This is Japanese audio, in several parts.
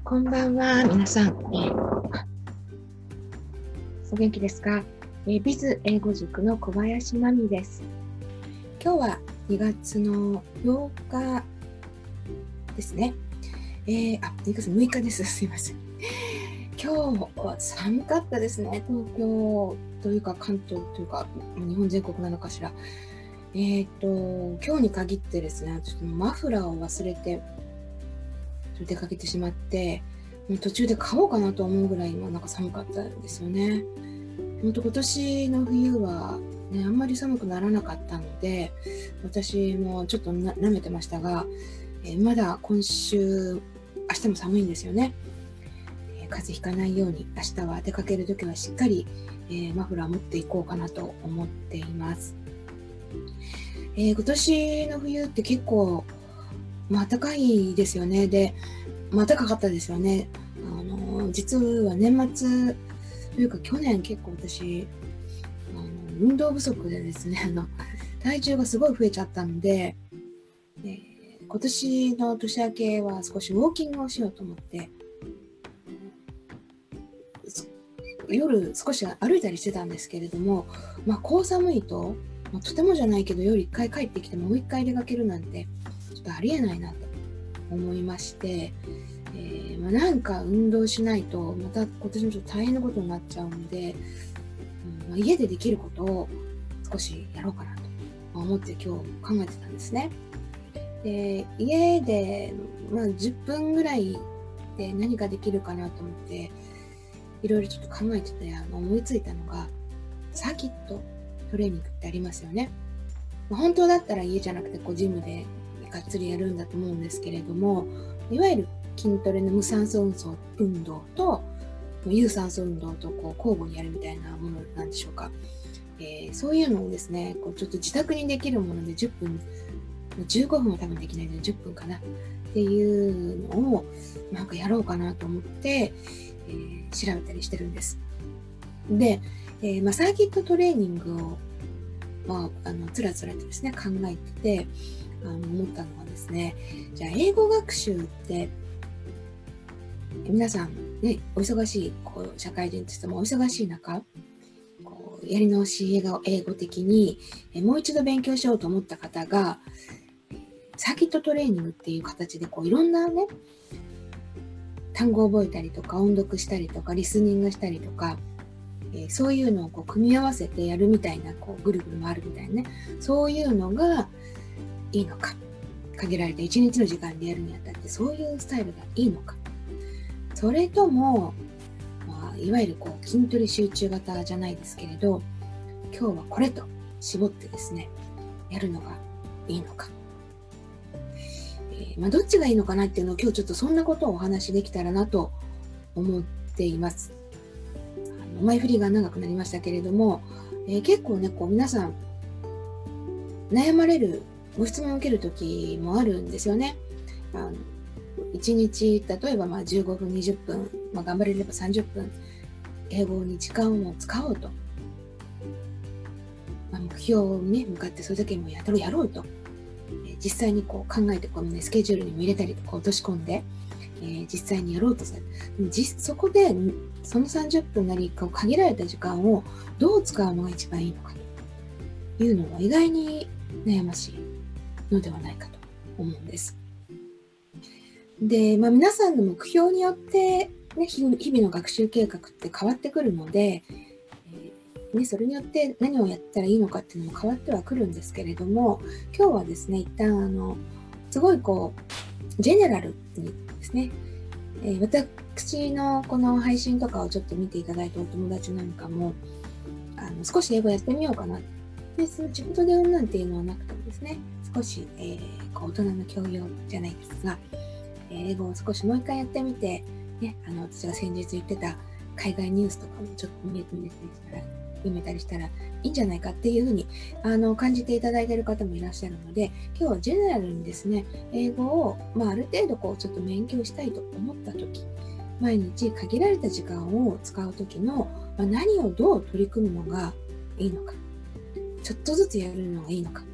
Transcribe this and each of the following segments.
こんばんは、皆さん。お元気ですか？ビズ英語塾の小林真美です。今日は2月の8日ですね。2月6日です。すいません。今日は寒かったですね。東京というか関東というか日本全国なのかしら。今日に限ってですね、ちょっとマフラーを忘れて出かけてしまって、途中で買おうかなと思うぐらいなんか寒かったんですよね。本当今年の冬は、ね、あんまり寒くならなかったので、私もちょっと舐めてましたが、まだ今週、明日も寒いんですよね。風邪ひかないように明日は出かけるときはしっかり、マフラー持っていこうかなと思っています。今年の冬って結構暖かいですよね。で、暖かかったですよね。実は年末というか去年結構私運動不足でですね、体重がすごい増えちゃったので、今年の年明けは少しウォーキングをしようと思って、夜少し歩いたりしてたんですけれども、こう寒いと、とてもじゃないけど夜一回帰ってきてもう一回出かけるなんてちょっとありえないなと思いまして、なんか運動しないとまた今年もちょっと大変なことになっちゃうので、家でできることを少しやろうかなと思って今日考えてたんですね。で、家で、10分ぐらいで何かできるかなと思っていろいろちょっと考えてて思いついたのがサーキットトレーニングってありますよね。本当だったら家じゃなくてジムでがっつりやるんだと思うんですけれども、いわゆる筋トレの無酸素運動と有酸素運動と交互にやるみたいなものなんでしょうか。そういうのをですね、ちょっと自宅にできるもので10分、15分は多分できないので10分かなっていうのをなんかやろうかなと思って、調べたりしてるんです。で、サーキットトレーニングをつらつらとですね考えてて思ったのはですね、じゃあ英語学習って皆さんね、お忙しい社会人としてもお忙しい中やり直し英語的にもう一度勉強しようと思った方がサーキットトレーニングっていう形でいろんなね単語を覚えたりとか音読したりとかリスニングしたりとか、そういうのを組み合わせてやるみたいなぐるぐる回るみたいなね、そういうのがいいのか、限られた1日の時間でやるにあたってそういうスタイルがいいのか、それとも、いわゆる筋トレ集中型じゃないですけれど、今日はこれと絞ってですねやるのがいいのか、どっちがいいのかなっていうのを今日ちょっとそんなことをお話しできたらなと思っています。前振りが長くなりましたけれども、結構ね皆さん悩まれるご質問を受ける時もあるんですよね。1日例えば15分20分、頑張れれば30分英語に時間を使おうと、目標に、向かってそれだけもやろうと、実際に考えてスケジュールにも入れたりとか落とし込んで、実際にやろうとする。そこでその30分なり限られた時間をどう使うのが一番いいのかというのは意外に悩ましいのではないかと思うんです。で、皆さんの目標によって、日々の学習計画って変わってくるので、それによって何をやったらいいのかっていうのも変わってはくるんですけれども、今日はですね一旦すごいジェネラルにですね、私のこの配信とかをちょっと見ていただいたお友達なんかも少し英語やってみようかなで、自分でなんていうのはなくてもですね、少し、大人の教養じゃないですが、英語を少しもう一回やってみて、私が先日言ってた海外ニュースとかもちょっと読めたりしたらいいんじゃないかっていうふうに感じていただいている方もいらっしゃるので、今日はジェネラルにですね英語を、ある程度ちょっと勉強したいと思った時、毎日限られた時間を使う時の、何をどう取り組むのがいいのか、ちょっとずつやるのがいいのか、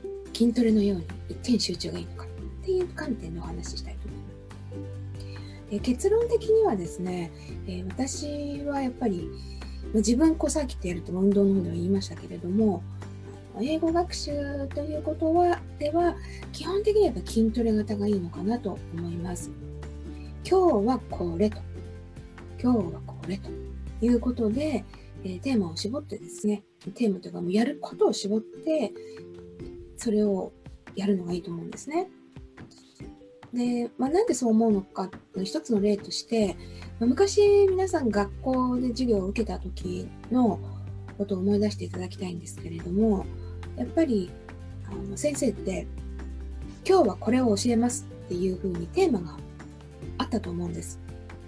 筋トレのように一点集中がいいのかっていう観点でお話ししたいと思います。 結論的にはですね、私はやっぱり、自分こさっきってやると運動の方では言いましたけれども、英語学習ということでは基本的にはやっぱ筋トレ型がいいのかなと思います。今日はこれと、今日はこれということで、テーマを絞ってですね、テーマというかもうやることを絞ってそれをやるのがいいと思うんですね。で、なんでそう思うのかの一つの例として、昔皆さん学校で授業を受けた時のことを思い出していただきたいんですけれども、やっぱり先生って今日はこれを教えますっていうふうにテーマがあったと思うんです。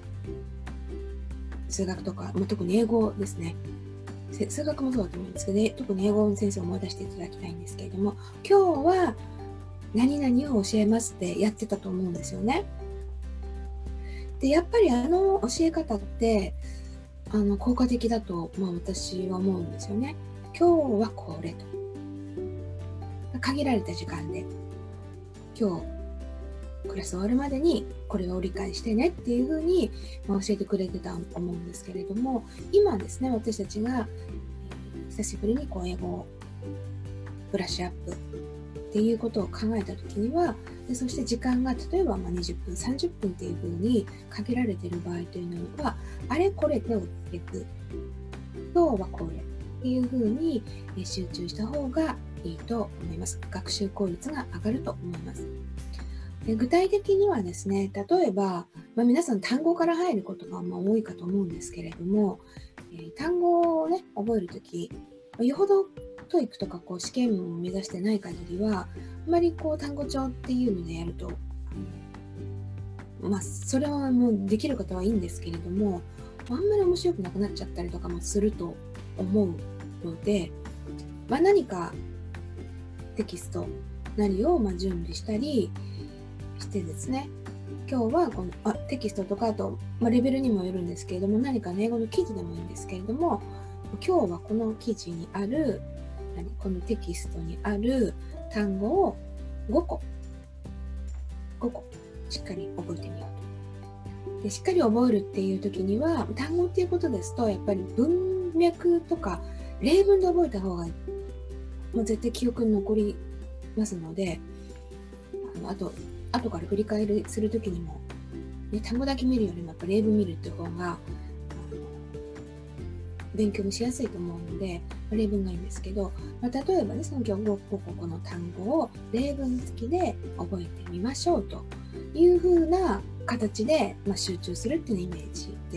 数学とか、特に英語ですね。数学もそうだと思うんですけど、ね、特に英語の先生を思い出していただきたいんですけれども、今日は何々を教えますってやってたと思うんですよね。で、やっぱり教え方って効果的だと、私は思うんですよね。今日はこれと。限られた時間で、今日クラス終わるまでにこれを理解してねっていうふうに教えてくれてたと思うんですけれども、今ですね、私たちが久しぶりに英語をブラッシュアップっていうことを考えたときには、そして時間が例えば20分、30分っていうふうに限られている場合というのは、あれこれ手をつけて、今日はこれっていうふうに集中した方がいいと思います。学習効率が上がると思います。で、具体的にはですね、例えば、皆さん単語から入ることが多いかと思うんですけれども、単語をね、覚えるとき、よほどトイックとか試験を目指してない限りは、あまり単語帳っていうのでやると、それはもうできる方はいいんですけれども、あんまり面白くなくなっちゃったりとかもすると思うので、何かテキストなりを準備したりしてですね、今日はこのテキストとかあと、レベルにもよるんですけれども、何かの英語の記事でもいいんですけれども、今日はこの記事にあるこのテキストにある単語を5個しっかり覚えてみようと。で、しっかり覚えるっていう時には、単語っていうことですとやっぱり文脈とか例文で覚えた方が絶対記憶に残りますので、後から振り返りする時にも、単語だけ見るよりもやっぱ例文見るっていう方が勉強もしやすいと思うので、例文がいいんですけど、例えばね、その今日5個の単語を例文付きで覚えてみましょうという風な形で、集中するっていうイメージです。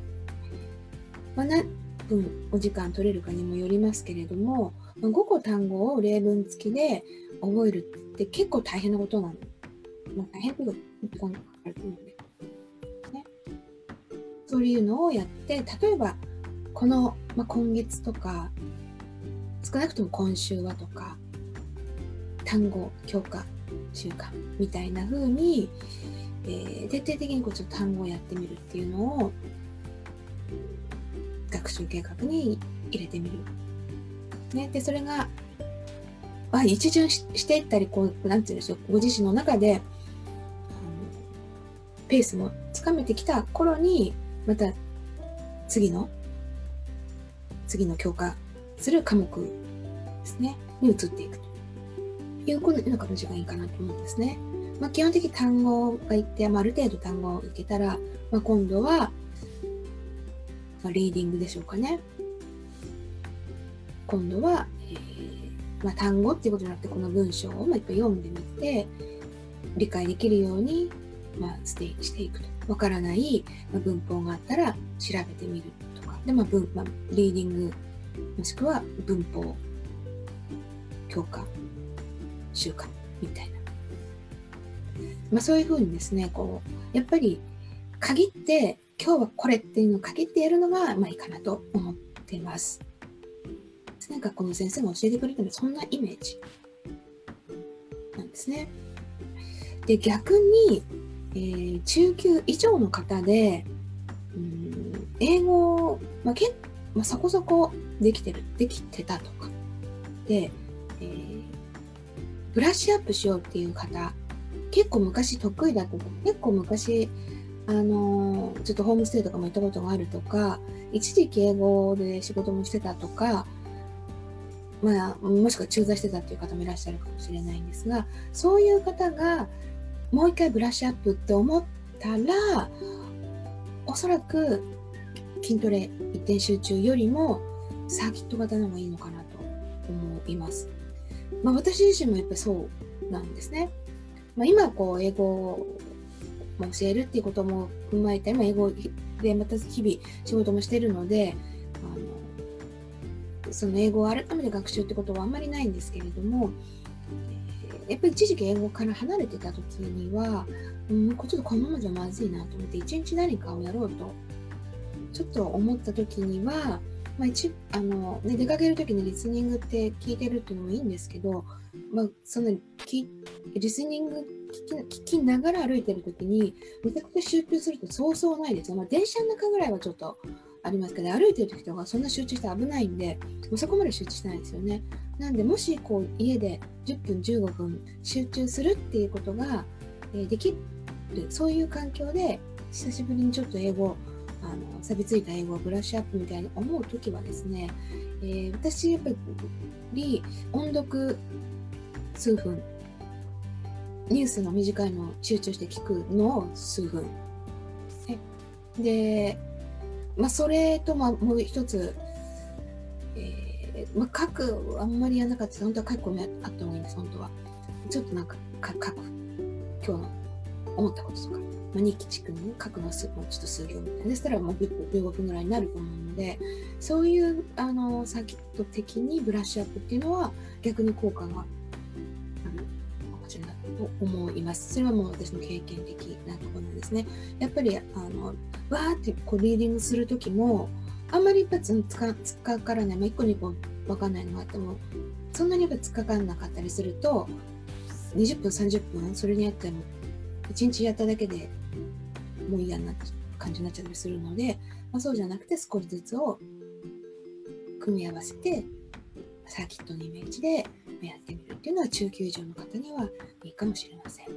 何分お時間取れるかにもよりますけれども、5個単語を例文付きで覚えるって結構大変なことなの。大変というか、時間がかかると思うんで、ね。そういうのをやって、例えば、この、今月とか、少なくとも今週はとか、単語強化習慣みたいな風に、徹底的にちょっと単語をやってみるっていうのを学習計画に入れてみる。ね、でそれが一巡していったりなんていうんでしょう、ご自身の中でペースもつかめてきた頃にまた次の強化する科目ですねに移っていくというこのような形がいいかなと思うんですね。基本的に単語がいって、ある程度単語をいけたら、今度は、リーディングでしょうかね。今度は、単語っていうことじゃなくて、この文章を一回読んでみて、理解できるように、していくと。わからない文法があったら調べてみるとか。で、リーディング、もしくは文法、強化、習慣みたいな。そういうふうにですね、やっぱり限って、今日はこれっていうのを限ってやるのがいいかなと思っています。学校の先生が教えてくれたのはそんなイメージなんですね。で、逆に、中級以上の方で、英語、そこそこできてたとかで、ブラッシュアップしようっていう方、結構昔得意だったとか、結構昔ちょっとホームステイとかも行ったことがあるとか、一時期英語で仕事もしてたとか、もしくは駐在してたっていう方もいらっしゃるかもしれないんですが、そういう方がもう一回ブラッシュアップって思ったら、おそらく筋トレ一点集中よりもサーキット型の方がいいのかなと思います。私自身もやっぱりそうなんですね。今英語も教えるっていうことも踏まえて、英語でまた日々仕事もしているので、その英語を改めて学習ってことはあんまりないんですけれども、やっぱり一時期英語から離れてた時には、ちょっとこのままじゃまずいなと思って一日何かをやろうとちょっと思った時には、出かける時にリスニングって聞いてるっていうのもいいんですけど、そのリスニング聞きながら歩いてる時にめちゃくちゃ集中するとそうそうないですよ。電車の中ぐらいはちょっとありますけど、歩いてる時とかそんな集中して危ないんで、そこまで集中してないですよね。なんでもし家で10分15分集中するっていうことができる、そういう環境で久しぶりにちょっと英語錆びついた英語をブラッシュアップみたいに思うときはですね、私やっぱり音読数分、ニュースの短いのを集中して聞くのを数分。で、それともう一つ、書くあんまりやらなかった。本当は書くのあった方がいいんです、本当は。ちょっと書く。今日の思ったこととか。日記チクに書くのはちょっと数行みたいな。でしたら15分ぐらいになると思うので、そういうサーキット的にブラッシュアップっていうのは逆に効果があるかもしれないと思います。それはもう私の経験的なところなんですね。やっぱりわーってリーディングするときもあんまり突っかからない、1個2個分かんないのがあってもそんなに突っかかんなかったりすると20分30分それにやっても1日やっただけでもう嫌な感じになっちゃったりするので、そうじゃなくて少しずつを組み合わせてサーキットのイメージでやってみるっていうのは中級以上の方にはいいかもしれません。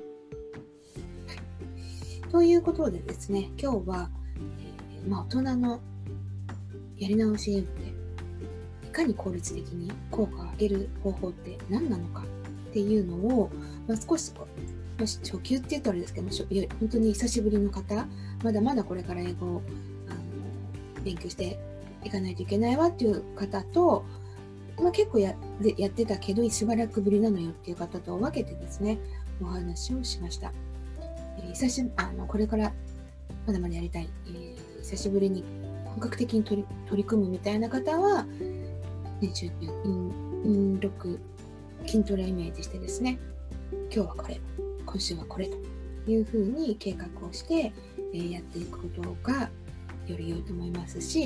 ということでですね、今日は、大人のやり直しによっていかに効率的に効果を上げる方法って何なのかっていうのを、少し初級って言うとあれですけど、本当に久しぶりの方、まだまだこれから英語を勉強していかないといけないわっていう方と、結構やってたけどしばらくぶりなのよっていう方と分けてですね、お話をしました。これからまだまだやりたい、久しぶりに本格的に取り組むみたいな方は、筋トレイメージしてですね、今日はこれ、今週はこれというふうに計画をして、やっていくことがより良いと思いますし、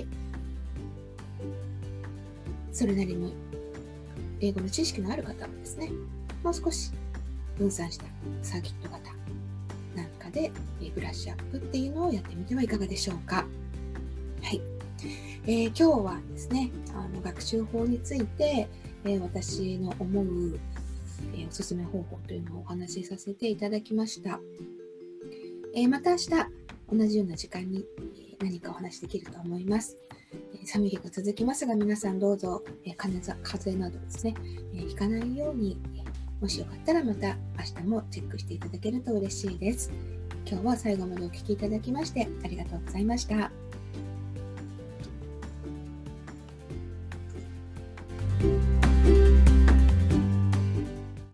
それなりに英語の知識のある方はですね、もう少し分散したサーキット型なんかでブラッシュアップっていうのをやってみてはいかがでしょうか。はい。今日はですね、学習法について、私の思う、おすすめ方法というのをお話しさせていただきました。また明日同じような時間に何かお話できると思います。寒い日が続きますが、皆さんどうぞ風邪などですね、ひかないように、もしよかったらまた明日もチェックしていただけると嬉しいです。今日は最後までお聞きいただきましてありがとうございました。